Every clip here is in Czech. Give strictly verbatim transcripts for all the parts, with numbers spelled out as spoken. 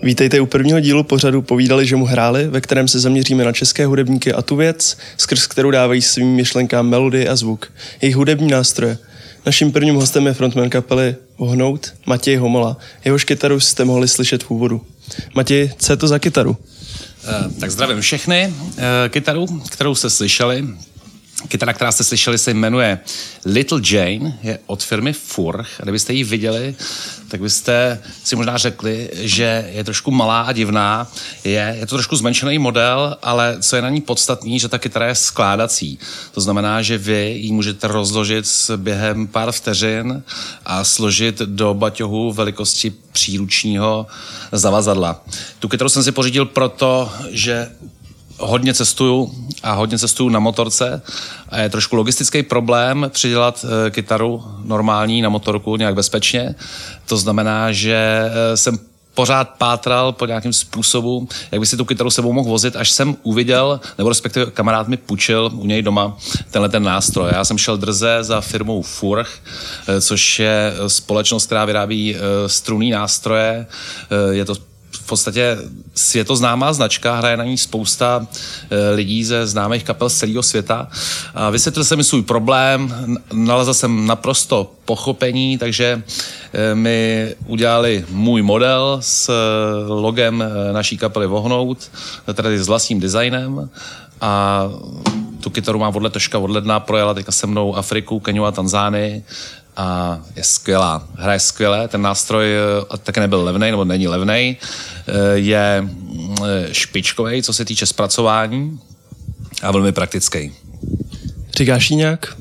Vítejte u prvního dílu pořadu Povídali, že mu hráli, ve kterém se zaměříme na české hudebníky a tu věc, skrz kterou dávají svým myšlenkám melodii a zvuk, jejich hudební nástroje. Naším prvním hostem je frontman kapely Vohnout, Matěj Homola. Jehož kytaru jste mohli slyšet v úvodu. Matěj, co je to za kytaru? Tak zdravím všechny. Kytaru, kterou jste slyšeli, kytara, která jste slyšeli, se jmenuje Little Jane, je od firmy Furch. A kdybyste ji viděli, tak byste si možná řekli, že je trošku malá a divná. Je, je to trošku zmenšený model, ale co je na ní podstatný, že ta kytara je skládací. To znamená, že vy ji můžete rozložit během pár vteřin a složit do baťohu velikosti příručního zavazadla. Tu kytaru jsem si pořídil proto, že hodně cestuju a hodně cestuju na motorce a je trošku logistický problém přidělat e, kytaru normální na motorku nějak bezpečně. To znamená, že e, jsem pořád pátral po nějakém způsobu, jak by si tu kytaru sebou mohl vozit, až jsem uviděl, nebo respektive kamarád mi půjčil u něj doma tenhle ten nástroj. Já jsem šel drze za firmou Furch, e, což je společnost, která vyrábí e, strunný nástroje. E, je to v podstatě světoznámá značka, hraje na ní spousta e, lidí ze známých kapel z celého světa. A vysvětlil jsem mi svůj problém, nalezl jsem naprosto pochopení, takže e, mi udělali můj model s e, logem e, naší kapely Vohnout, tedy s vlastním designem, a tu kytaru mám od letoška od ledna, projela teďka se mnou Afriku, Keniu a Tanzánii. A je skvělá, hraje skvěle, ten nástroj taky nebyl levnej, nebo není levnej, je špičkovej, co se týče zpracování a velmi praktický. Říkáš jí nějak?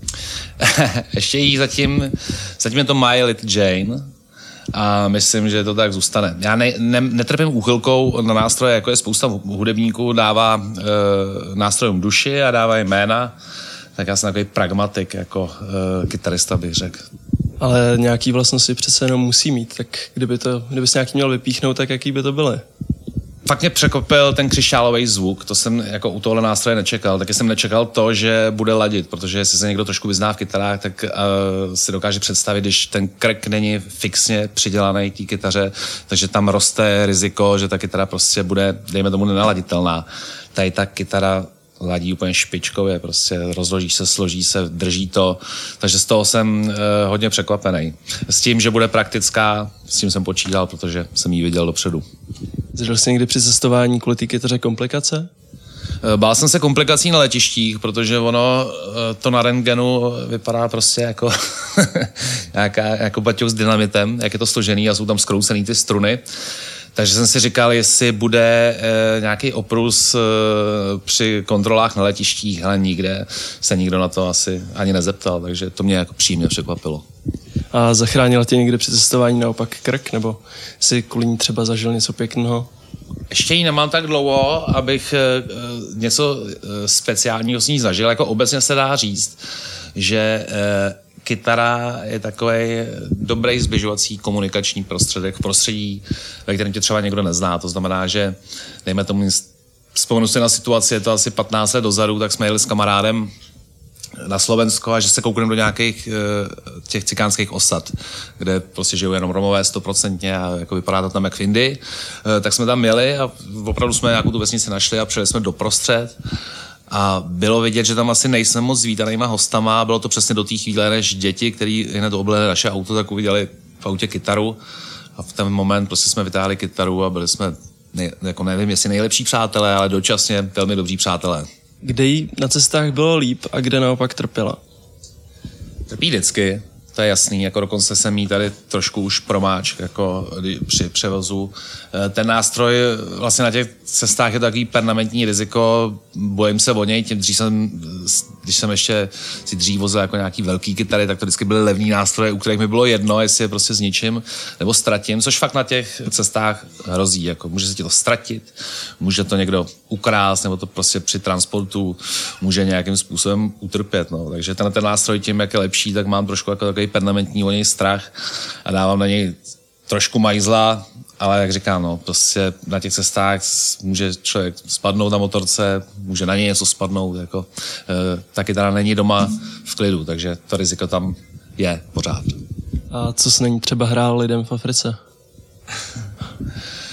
Ještě jí zatím, zatím je to My Little Jane a myslím, že to tak zůstane. Já ne, ne, netrpím úchylkou na nástroje, jako je spousta hudebníků, dává e, nástrojům duši a dává jména. Tak já jsem takový pragmatik, jako uh, kytarista bych řekl. Ale nějaký vlastnosti přece jenom musí mít, tak kdyby to, kdybys nějaký měl vypíchnout, tak jaký by to byly? Fakt mě překvapil ten křišťálový zvuk, to jsem jako u tohle nástroje nečekal. Taky jsem nečekal to, že bude ladit, protože jestli se někdo trošku vyzná v kytarách, tak uh, si dokáže představit, když ten krk není fixně přidělaný té kytaře, takže tam roste riziko, že ta kytara prostě bude, dejme tomu, nenaladitelná. Tady ta kytara ladí úplně špičkově, prostě rozloží se, složí se, drží to, takže z toho jsem e, hodně překvapený. S tím, že bude praktická, s tím jsem počítal, protože jsem ji viděl dopředu. Zažil jsi někdy při cestování kvůli té kytaře komplikace? E, bál jsem se komplikací na letištích, protože ono e, to na rentgenu vypadá prostě jako nějaká, jako baťoch s dynamitem, jak je to složený a jsou tam zkroucený ty struny. Takže jsem si říkal, jestli bude e, nějaký oprus e, při kontrolách na letištích, ale nikde se nikdo na to asi ani nezeptal, takže to mě jako příjemně překvapilo. A zachránil tě někdy při cestování naopak krk, nebo si kvůli ní třeba zažil něco pěkného? Ještě ji nemám tak dlouho, abych e, něco e, speciálního s ní zažil, jako obecně se dá říct, že e, kytara je takový dobrý zbližovací komunikační prostředek v prostředí, ve kterém tě třeba někdo nezná. To znamená, že dejme tomu, vzpomenu si na situaci, je to asi patnáct let dozadu, tak jsme jeli s kamarádem na Slovensko a že se koukneme do nějakých těch cikánských osad, kde prostě žijou jenom Romové stoprocentně a jako vypadá to tam jak v Indii. Tak jsme tam jeli a opravdu jsme nějakou tu vesnici našli a přijeli jsme doprostřed. A bylo vidět, že tam asi nejsme moc zvídanýma hostama. Bylo to přesně do té chvíle, než děti, který hned oblehli naše auto, tak uviděli v autě kytaru. A v ten moment prostě jsme vytáhli kytaru a byli jsme, nej, jako nevím, jestli nejlepší přátelé, ale dočasně velmi dobří přátelé. Kde jí na cestách bylo líp a kde naopak trpěla? Trpí vždycky. To je jasný, jako dokonce jsem jí tady trošku už promáč jako při převozu. Ten nástroj vlastně na těch cestách je takový permanentní riziko, bojím se o něj, tím dřív jsem, když jsem ještě si dřív vozil jako nějaký velký kytary, tak to vždycky byly levný nástroje, u kterých mi bylo jedno, jestli je prostě zničím nebo ztratím, což fakt na těch cestách hrozí, jako může se ti to ztratit, může to někdo ukrást, nebo to prostě při transportu může nějakým způsobem utrpět, no. Takže ten, ten nástroj tím, jak je lepší, tak mám trošku jako takový permanentní o něj strach a dávám na něj trošku majzla, ale jak říkám, no, prostě na těch cestách může člověk spadnout na motorce, může na něj něco spadnout, jako, e, taky teda není doma v klidu, takže to riziko tam je pořád. A co jsi není třeba hrál lidem v Africe?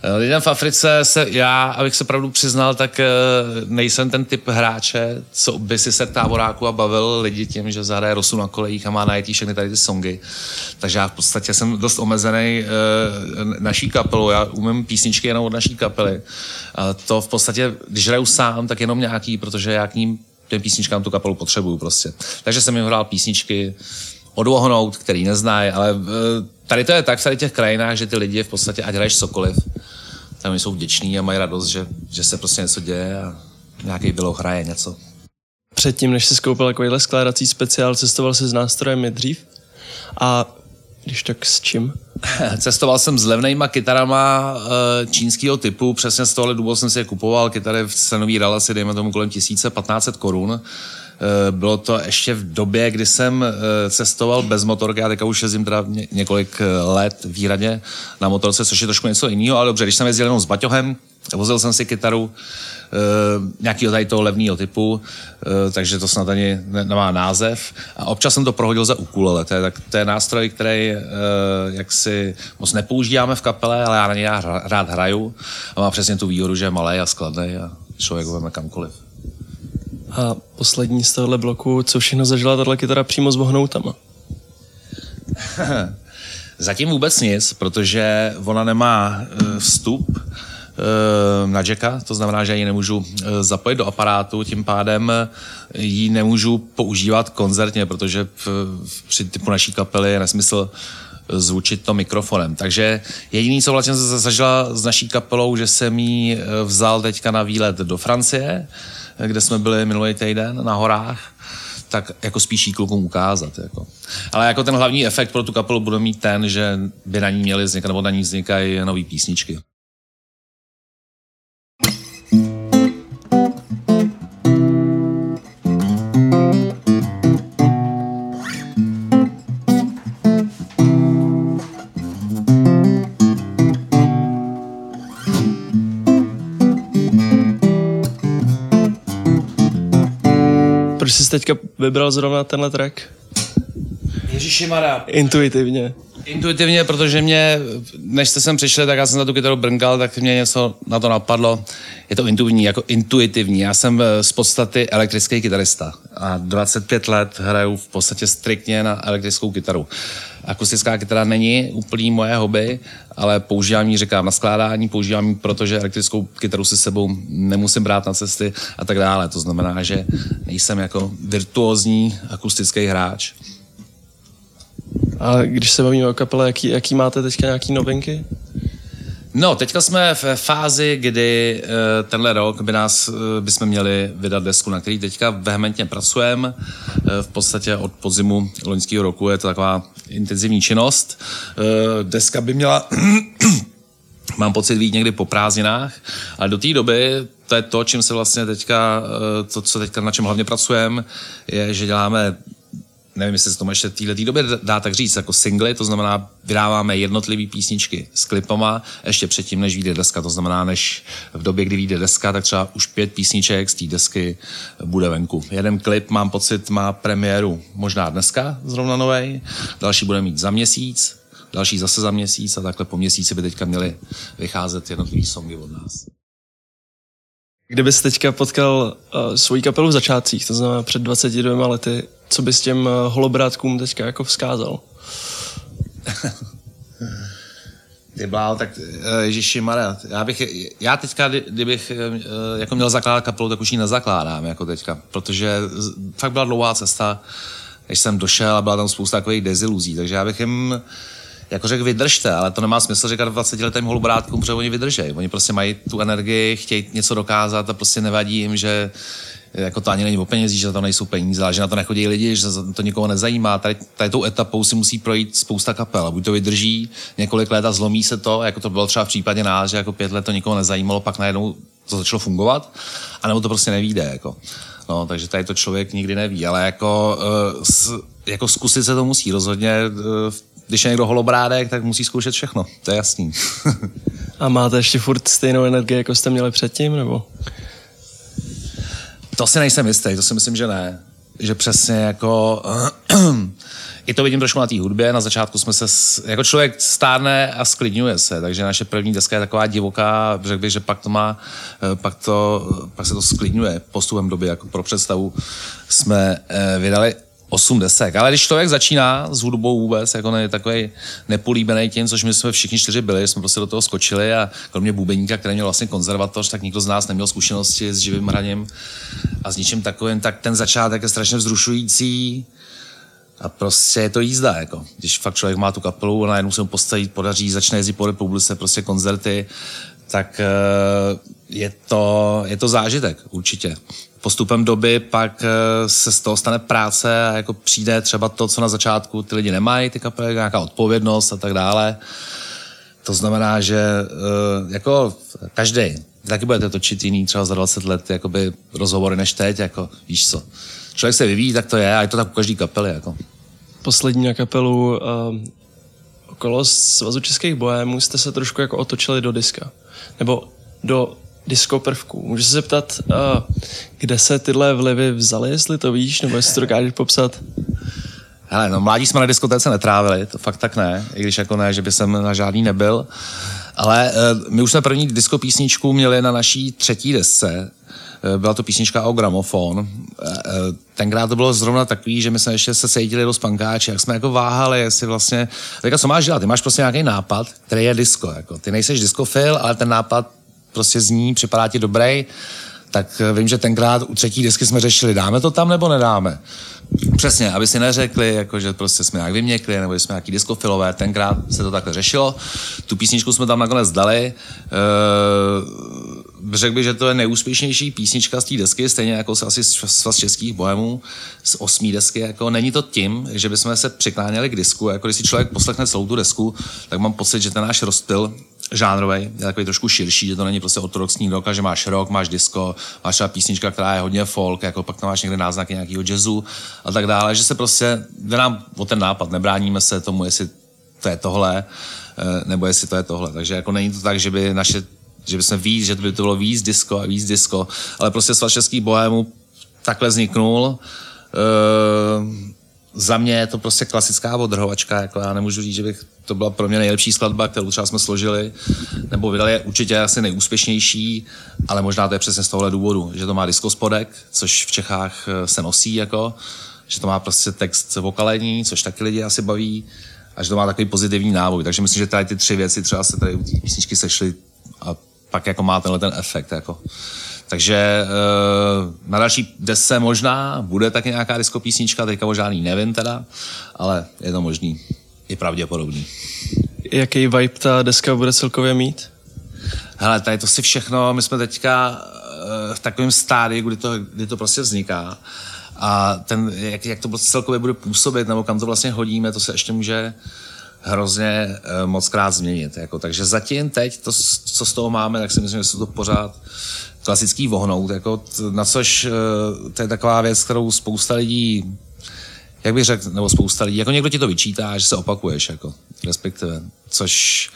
Lidem v Africe se, já, abych se pravdu přiznal, tak nejsem ten typ hráče, co by si se táboráku a bavil lidi tím, že zahraje Rosu na kolejích a má najetí všechny tady ty songy. Takže já v podstatě jsem dost omezený naší kapelou, já umím písničky jenom od naší kapely. A to v podstatě, když hraju sám, tak jenom nějaký, protože já k ním těm písničkám tu kapelu potřebuju prostě. Takže jsem jim hrál písničky odvohnout, který neznají, ale tady to je tak v tady těch krajinách, že ty lidi v podstatě, ať hraješ cokoliv, tam jsou vděční a mají radost, že, že se prostě něco děje a nějaký běloch hraje něco. Předtím, než jsi koupil takovýhle skládací speciál, cestoval jsi s nástrojem i dřív? A když tak s čím? Cestoval jsem s levnejma kytarama e, čínského typu, přesně z tohohle důvodu jsem si je kupoval, kytary v cenový relaci, dejme tomu kolem tisíc pět set korun. E, bylo to ještě v době, kdy jsem e, cestoval bez motorky, a teďka už jezdím teda ně, několik let výhradně na motorce, což je trošku něco jiného, ale dobře, když jsem jezdil jenom s baťohem, vozil jsem si kytaru e, nějakého tady toho levného typu, e, takže to snad ani nemá název. A občas jsem to prohodil za ukulele. To je, tak, to je nástroj, který e, jaksi moc nepoužíváme v kapele, ale já na něj rád hraju. A má přesně tu výhodu, že je malej a skladnej a člověk ho veme kamkoliv. A poslední z tohohle bloku, co všechno zažila tato kytara přímo s vohnoutama? Zatím vůbec nic, protože ona nemá e, vstup na jacka, to znamená, že ji nemůžu zapojit do aparátu, tím pádem ji nemůžu používat koncertně, protože v, v, při typu naší kapely je nesmysl zvučit to mikrofonem. Takže jediný, co vlastně zažila s naší kapelou, že jsem ji vzal teďka na výlet do Francie, kde jsme byli minulý týden na horách, tak jako spíš jí klukům ukázat. Jako. Ale jako ten hlavní efekt pro tu kapelu bude mít ten, že by na ní měly vznikat, nebo na ní vznikají nový písničky. Proč jsi teďka vybral zrovna tenhle track? Ježišimara. Intuitivně. Intuitivně, protože mě, než jste sem přišli, tak já jsem na tu kytaru brnkal, tak mě něco na to napadlo. Je to intuitivní, jako intuitivní. Já jsem z podstaty elektrický kytarista a dvacet pět let hraju v podstatě striktně na elektrickou kytaru. Akustická kytara není úplně moje hobby, ale používám ji, říkám, na skládání, používám ji, protože elektrickou kytaru si s sebou nemusím brát na cesty a tak dále. To znamená, že nejsem jako virtuózní akustický hráč. A když se bavíme o kapele, jaký, jaký máte teďka nějaký novinky? No, teďka jsme v fázi, kdy uh, tenhle rok by nás, uh, bychom měli vydat desku, na který teďka vehementně pracujeme. Uh, v podstatě od podzimu loňského roku je to taková intenzivní činnost. Uh, deska by měla, mám pocit, být někdy po prázdninách, ale do té doby to je to, čím se vlastně teďka, uh, to, co teďka na čem hlavně pracujeme, je, že děláme, nevím, jestli se tomu ještě v této době dá tak říct, jako singly, to znamená, vydáváme jednotlivé písničky s klipama ještě předtím, než vyjde deska. To znamená, než v době, kdy vyjde deska, tak třeba už pět písniček z té desky bude venku. Jeden klip, mám pocit, má premiéru možná dneska, zrovna novej, další bude mít za měsíc, další zase za měsíc a takhle po měsíci by teďka měly vycházet jednotlivý songy od nás. Kdybys teďka potkal uh, svoji kapelu v začátcích, to znamená před dvaceti dvěma lety, co bys těm uh, holobrátkům teďka jako vzkázal? Ty blál, tak ježišimara, já bych, já teďka, kdybych jako měl zakládat kapelu, tak už ji nezakládám jako teďka, protože fakt byla dlouhá cesta, když jsem došel a byla tam spousta takových deziluzí, takže já bych jim jako řekl, vydržte, ale to nemá smysl říkat dvacetiletým holubrátkům, protože oni vydržejí. Oni prostě mají tu energii, chtějí něco dokázat a prostě nevadí jim, že jako to ani není o penězích, že tam nejsou peníze, ale že na to nechodí lidi, že to nikoho nezajímá. Tady, tady tou etapou si musí projít spousta kapel. Buď to vydrží několik let a zlomí se to, jako to bylo třeba v případě nás, že jako pět let to nikoho nezajímalo, pak najednou to začalo fungovat, anebo to prostě nevyjde. Jako. No, takže tady to člověk nikdy neví, ale jako, uh, s, jako zkusit se to musí rozhodně. Uh, Když je někdo holobrádek, tak musí zkoušet všechno, to je jasný. A máte ještě furt stejnou energii, jako jste měli předtím, nebo? To si nejsem jistý, to si myslím, že ne. Že přesně jako i to vidím trošku na té hudbě. Na začátku jsme se, jako člověk stárne a sklidňuje se, takže naše první deska je taková divoká, řekl bych, že pak to má, pak, to, pak se to sklidňuje postupem doby, jako pro představu jsme vydali osm desek. Ale když člověk začíná s hudbou vůbec, jako ne, takový nepolíbený tím, což my jsme všichni čtyři byli, jsme prostě do toho skočili a kromě bubeníka, který měl vlastně konzervatoř, tak nikdo z nás neměl zkušenosti s živým hraním a s ničím takovým, tak ten začátek je strašně vzrušující a prostě je to jízda, jako. Když fakt člověk má tu kapelu a najednou se mu postavit, podaří, začne jezdit po republice, prostě koncerty, tak je to, je to zážitek, určitě. Postupem doby pak se z toho stane práce a jako přijde třeba to, co na začátku ty lidi nemají, ty kapely, nějaká odpovědnost a tak dále. To znamená, že jako každý, taky budete točit jiný třeba za dvacet let jakoby rozhovory než teď, jako víš co. Člověk se vyvíjí, tak to je a je to tak u každý kapely. Jako. Poslední na kapelu uh, okolo Svazu českých bohémů jste se trošku jako otočili do diska. Nebo do disco prvků. Můžu se zeptat, uh, kde se tyhle vlivy vzaly, jestli to víš, nebo jestli to dokážeš popsat? Hele, no mládí jsme na diskotéce netrávili, to fakt tak ne, i když jako ne, že by jsem na žádný nebyl. Ale uh, my už jsme první disco písničku měli na naší třetí desce. Byla to písnička o gramofon. Tenkrát to bylo zrovna takový, že my jsme ještě se cítili do spankáče, jak jsme jako váhali, jestli vlastně... Teďka, co máš dělat? Ty máš prostě nějaký nápad, který je disco. Jako. Ty nejseš diskofil, ale ten nápad prostě zní, připadá ti dobrý. Tak vím, že tenkrát u třetí disky jsme řešili, dáme to tam nebo nedáme. Přesně, aby si neřekli, jako, že prostě jsme nějak vyměkli, nebo že jsme nějaký diskofilové, tenkrát se to takhle řešilo. Tu písničku jsme tam nakonec dali. E, řekl bych, že to je nejúspěšnější písnička z té desky, stejně jako se asi Svaz českých bohemů z osmý desky. Jako, není to tím, že bychom se přikláněli k disku. Jako, když si člověk poslechne celou tu desku, tak mám pocit, že ten náš rozptyl žánrový, je takový trošku širší, že to není prostě ortodoxní rock, že máš rock, máš disco, máš třeba písnička, která je hodně folk, jako pak tam máš někde náznaky nějakého jazzu a tak dále, že se prostě jde nám o ten nápad, nebráníme se tomu, jestli to je tohle, nebo jestli to je tohle. Takže jako není to tak, že by naše, že by jsme víc, že by to bylo víc disco a víc disco, ale prostě Svaz českých bohémů takhle vzniknul. E- Za mě je to prostě klasická odrhovačka, jako já nemůžu říct, že bych to byla pro mě nejlepší skladba, kterou třeba jsme složili, nebo vydali, je určitě asi nejúspěšnější, ale možná to je přesně z tohohle důvodu, že to má disco spodek, což v Čechách se nosí, jako, že to má prostě text vokalení, což taky lidi asi baví, a že to má takový pozitivní návoj. Takže myslím, že tady ty tři věci třeba se tady u té písničky sešly a pak jako má tenhle ten efekt, jako. Takže na další desce možná bude taky nějaká disco písnička, teďka o žádný nevím teda, ale je to možný i pravděpodobný. Jaký vibe ta deska bude celkově mít? Hele, tady to si všechno, my jsme teďka v takovém stádiu, kdy to, kdy to prostě vzniká a ten, jak, jak to celkově bude působit, nebo kam to vlastně hodíme, to se ještě může hrozně moc krát změnit. Jako. Takže zatím teď, to, co z toho máme, tak si myslím, že se to pořád klasický vohnout, jako na což to je taková věc, kterou spousta lidí, jak bych řekl, nebo spousta lidí, jako někdo ti to vyčítá, že se opakuješ, jako, respektive, což,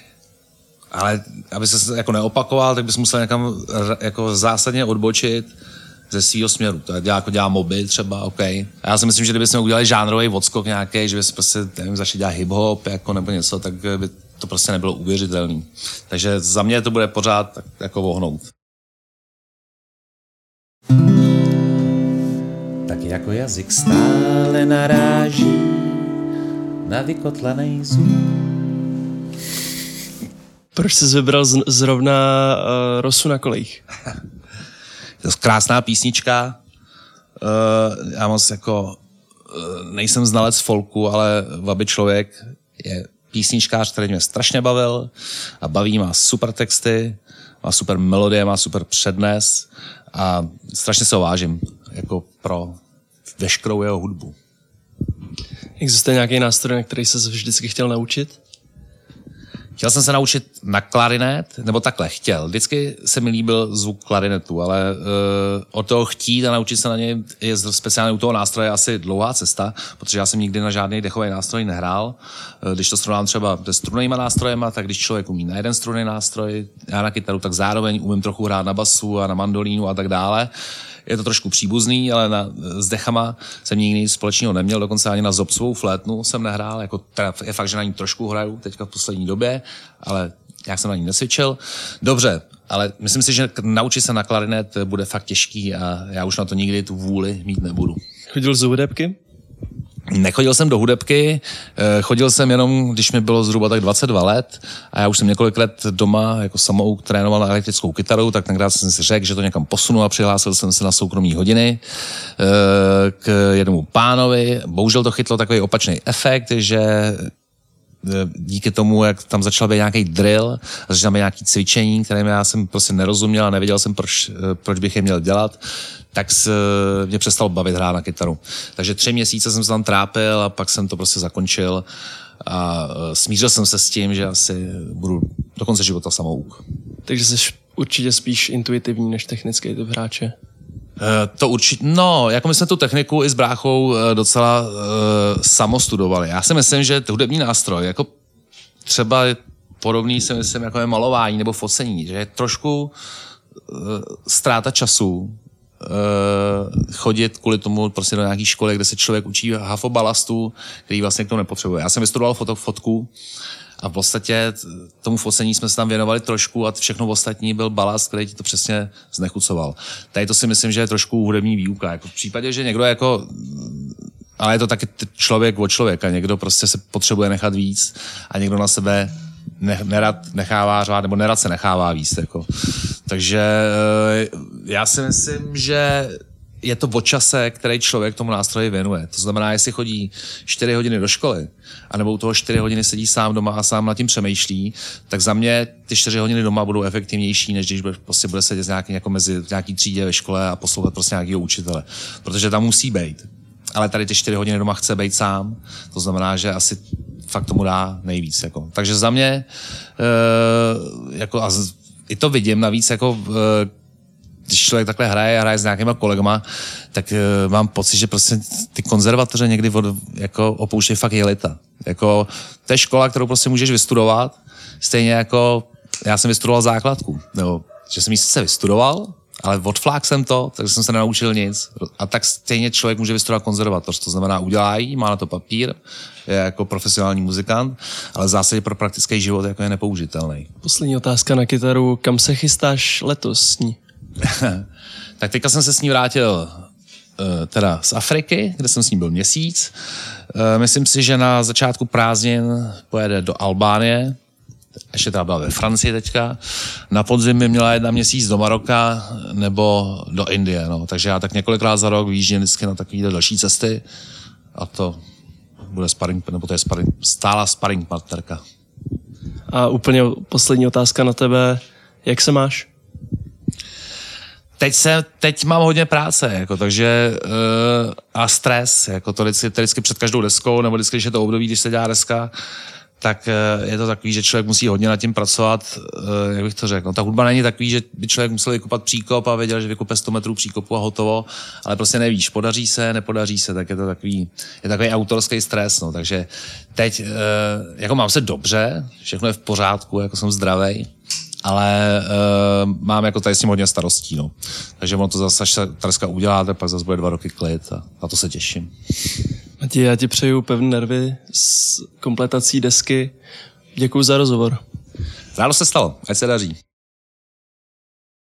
ale aby se jako neopakoval, tak bys musel někam jako zásadně odbočit ze svýho směru. To dělá, jako dělá moby třeba, OK. A já si myslím, že kdybychom udělali žánrový odskok nějaký, že by se prostě, nevím, začali dělat hip-hop, jako nebo něco, tak by to prostě nebylo uvěřitelný. Takže za mě to bude pořád tak, jako vohnout. Tak jako jazyk stále naráží na vykotlanej zub. Proč jsi vybral z- zrovna uh, Rosu na kolejích? To je krásná písnička. Uh, já moc jako uh, nejsem znalec folku, ale Vaby člověk je písničkář, který mě strašně bavil a baví, má super texty, má super melodie, má super přednes a strašně se ho vážím jako pro veškerou jeho hudbu. Existuje nějaký nástroj, na který jsi vždycky chtěl naučit? Chtěl jsem se naučit na klarinet, nebo takhle, chtěl. Vždycky se mi líbil zvuk klarinetu, ale uh, od toho chtít a naučit se na něj je speciálně u toho nástroje asi dlouhá cesta, protože já jsem nikdy na žádný dechový nástroj nehrál. Uh, když to srovnám třeba se strunnýma nástrojema, tak když člověk umí na jeden strunný nástroj, já na kytaru, tak zároveň umím trochu hrát na basu a na mandolínu a tak dále. je to trošku příbuzný, ale na, s dechama jsem nikdy nic společného neměl, dokonce ani na zobcovou flétnu jsem nehrál, jako teda je fakt, že na ní trošku hraju teďka v poslední době, ale jak jsem na ní nesvědčil. Dobře, ale myslím si, že naučit se na klarinet bude fakt těžký a já už na to nikdy tu vůli mít nebudu. Chodil z hudebky? Nechodil jsem do hudebky, chodil jsem jenom, když mi bylo zhruba tak dvacet dva let a já už jsem několik let doma jako samouk trénoval na elektrickou kytaru, tak tenkrát jsem si řekl, že to někam posunu a přihlásil jsem se na soukromý hodiny k jednomu pánovi. Bohužel to chytlo takový opačný efekt, že díky tomu, jak tam začal být nějaký drill, začal být nějaký cvičení, kterým já jsem prostě nerozuměl a nevěděl jsem, proč, proč bych je měl dělat, tak mě přestal bavit hrát na kytaru. Takže tři měsíce jsem se tam trápil a pak jsem to prostě zakončil a smířil jsem se s tím, že asi budu do konce života samouk. Takže jsi určitě spíš intuitivní než technický typ hráče. To určitě, no, jako my jsme tu techniku i s bráchou docela uh, samostudovali. Já si myslím, že hudební nástroj, jako třeba podobný si myslím, jako je malování nebo focení, že je trošku uh, ztráta času uh, chodit kvůli tomu prostě do nějaké školy, kde se člověk učí hafo balastů, který vlastně k tomu nepotřebuje. Já jsem vystudoval foto, fotku a v podstatě tomu focení jsme se tam věnovali trošku a všechno ostatní byl balast, který ti to přesně znechucoval. Tady to si myslím, že je trošku hudební výuka. Jako v případě, že někdo jako, ale je to taky člověk od člověka, někdo prostě se potřebuje nechat víc a někdo na sebe ne, nerad nechává řvát, nebo nerad se nechává víc. Jako. Takže já si myslím, že je to o čase, který člověk tomu nástroji věnuje. To znamená, jestli chodí čtyři hodiny do školy, anebo u toho čtyři hodiny sedí sám doma a sám nad tím přemýšlí, tak za mě ty čtyři hodiny doma budou efektivnější, než když prostě bude sedět nějaký, jako mezi v nějaký třídě ve škole a poslouchat prostě nějakého učitele. Protože tam musí být. Ale tady ty čtyři hodiny doma chce být sám. To znamená, že asi fakt tomu dá nejvíc. Jako. Takže za mě, e, jako, a z, i to vidím navíc, jako e, když člověk takhle hraje a hraje s nějakýma kolegama, tak uh, mám pocit, že prostě ty konzervatoře někdy od, jako opouštějí fakt jelita. Jako, to je škola, kterou prostě můžeš vystudovat, stejně jako já jsem vystudoval základku. Nebo, že jsem ji sice vystudoval, ale odflák jsem to, takže jsem se nenaučil nic. A tak stejně člověk může vystudovat konzervatoř, to znamená udělá jí, má na to papír, je jako profesionální muzikant, ale v zásadě pro praktický život jako je nepoužitelný. Poslední otázka na kytaru, kam se chystáš letos s ní? Tak teďka jsem se s ní vrátil uh, teda z Afriky, kde jsem s ní byl měsíc. Uh, myslím si, že na začátku prázdnin pojede do Albánie, ještě teda byla ve Francii teďka. Na podzim by měla jedna měsíc do Maroka nebo do Indie. No. Takže já tak několikrát za rok vyjíždím vždycky na takovýhle další cesty a to bude sparring, nebo to je sparring, stála sparring partnerka. A úplně poslední otázka na tebe, jak se máš? Teď, se, teď mám hodně práce, jako, takže uh, a stres, jako to vždycky, to vždycky před každou deskou, nebo vždycky, když je to období, když se dělá deska, tak uh, je to takový, že člověk musí hodně nad tím pracovat, uh, jak bych to řekl. No, ta hudba není takový, že by člověk musel vykopat příkop a věděl, že vykope sto metrů příkopu a hotovo, ale prostě nevíš, podaří se, nepodaří se, tak je to takový, je takový autorský stres, no, takže teď, uh, jako mám se dobře, všechno je v pořádku, jako jsem zdravej, ale uh, mám jako tady s tím hodně starostí, no. Takže ono to zase, až se dneska uděláte, pak zase bude dva roky klid a na to se těším. Matěj, já ti přeju pevné nervy s kompletací desky. Děkuju za rozhovor. Rádo se stalo, ať se daří.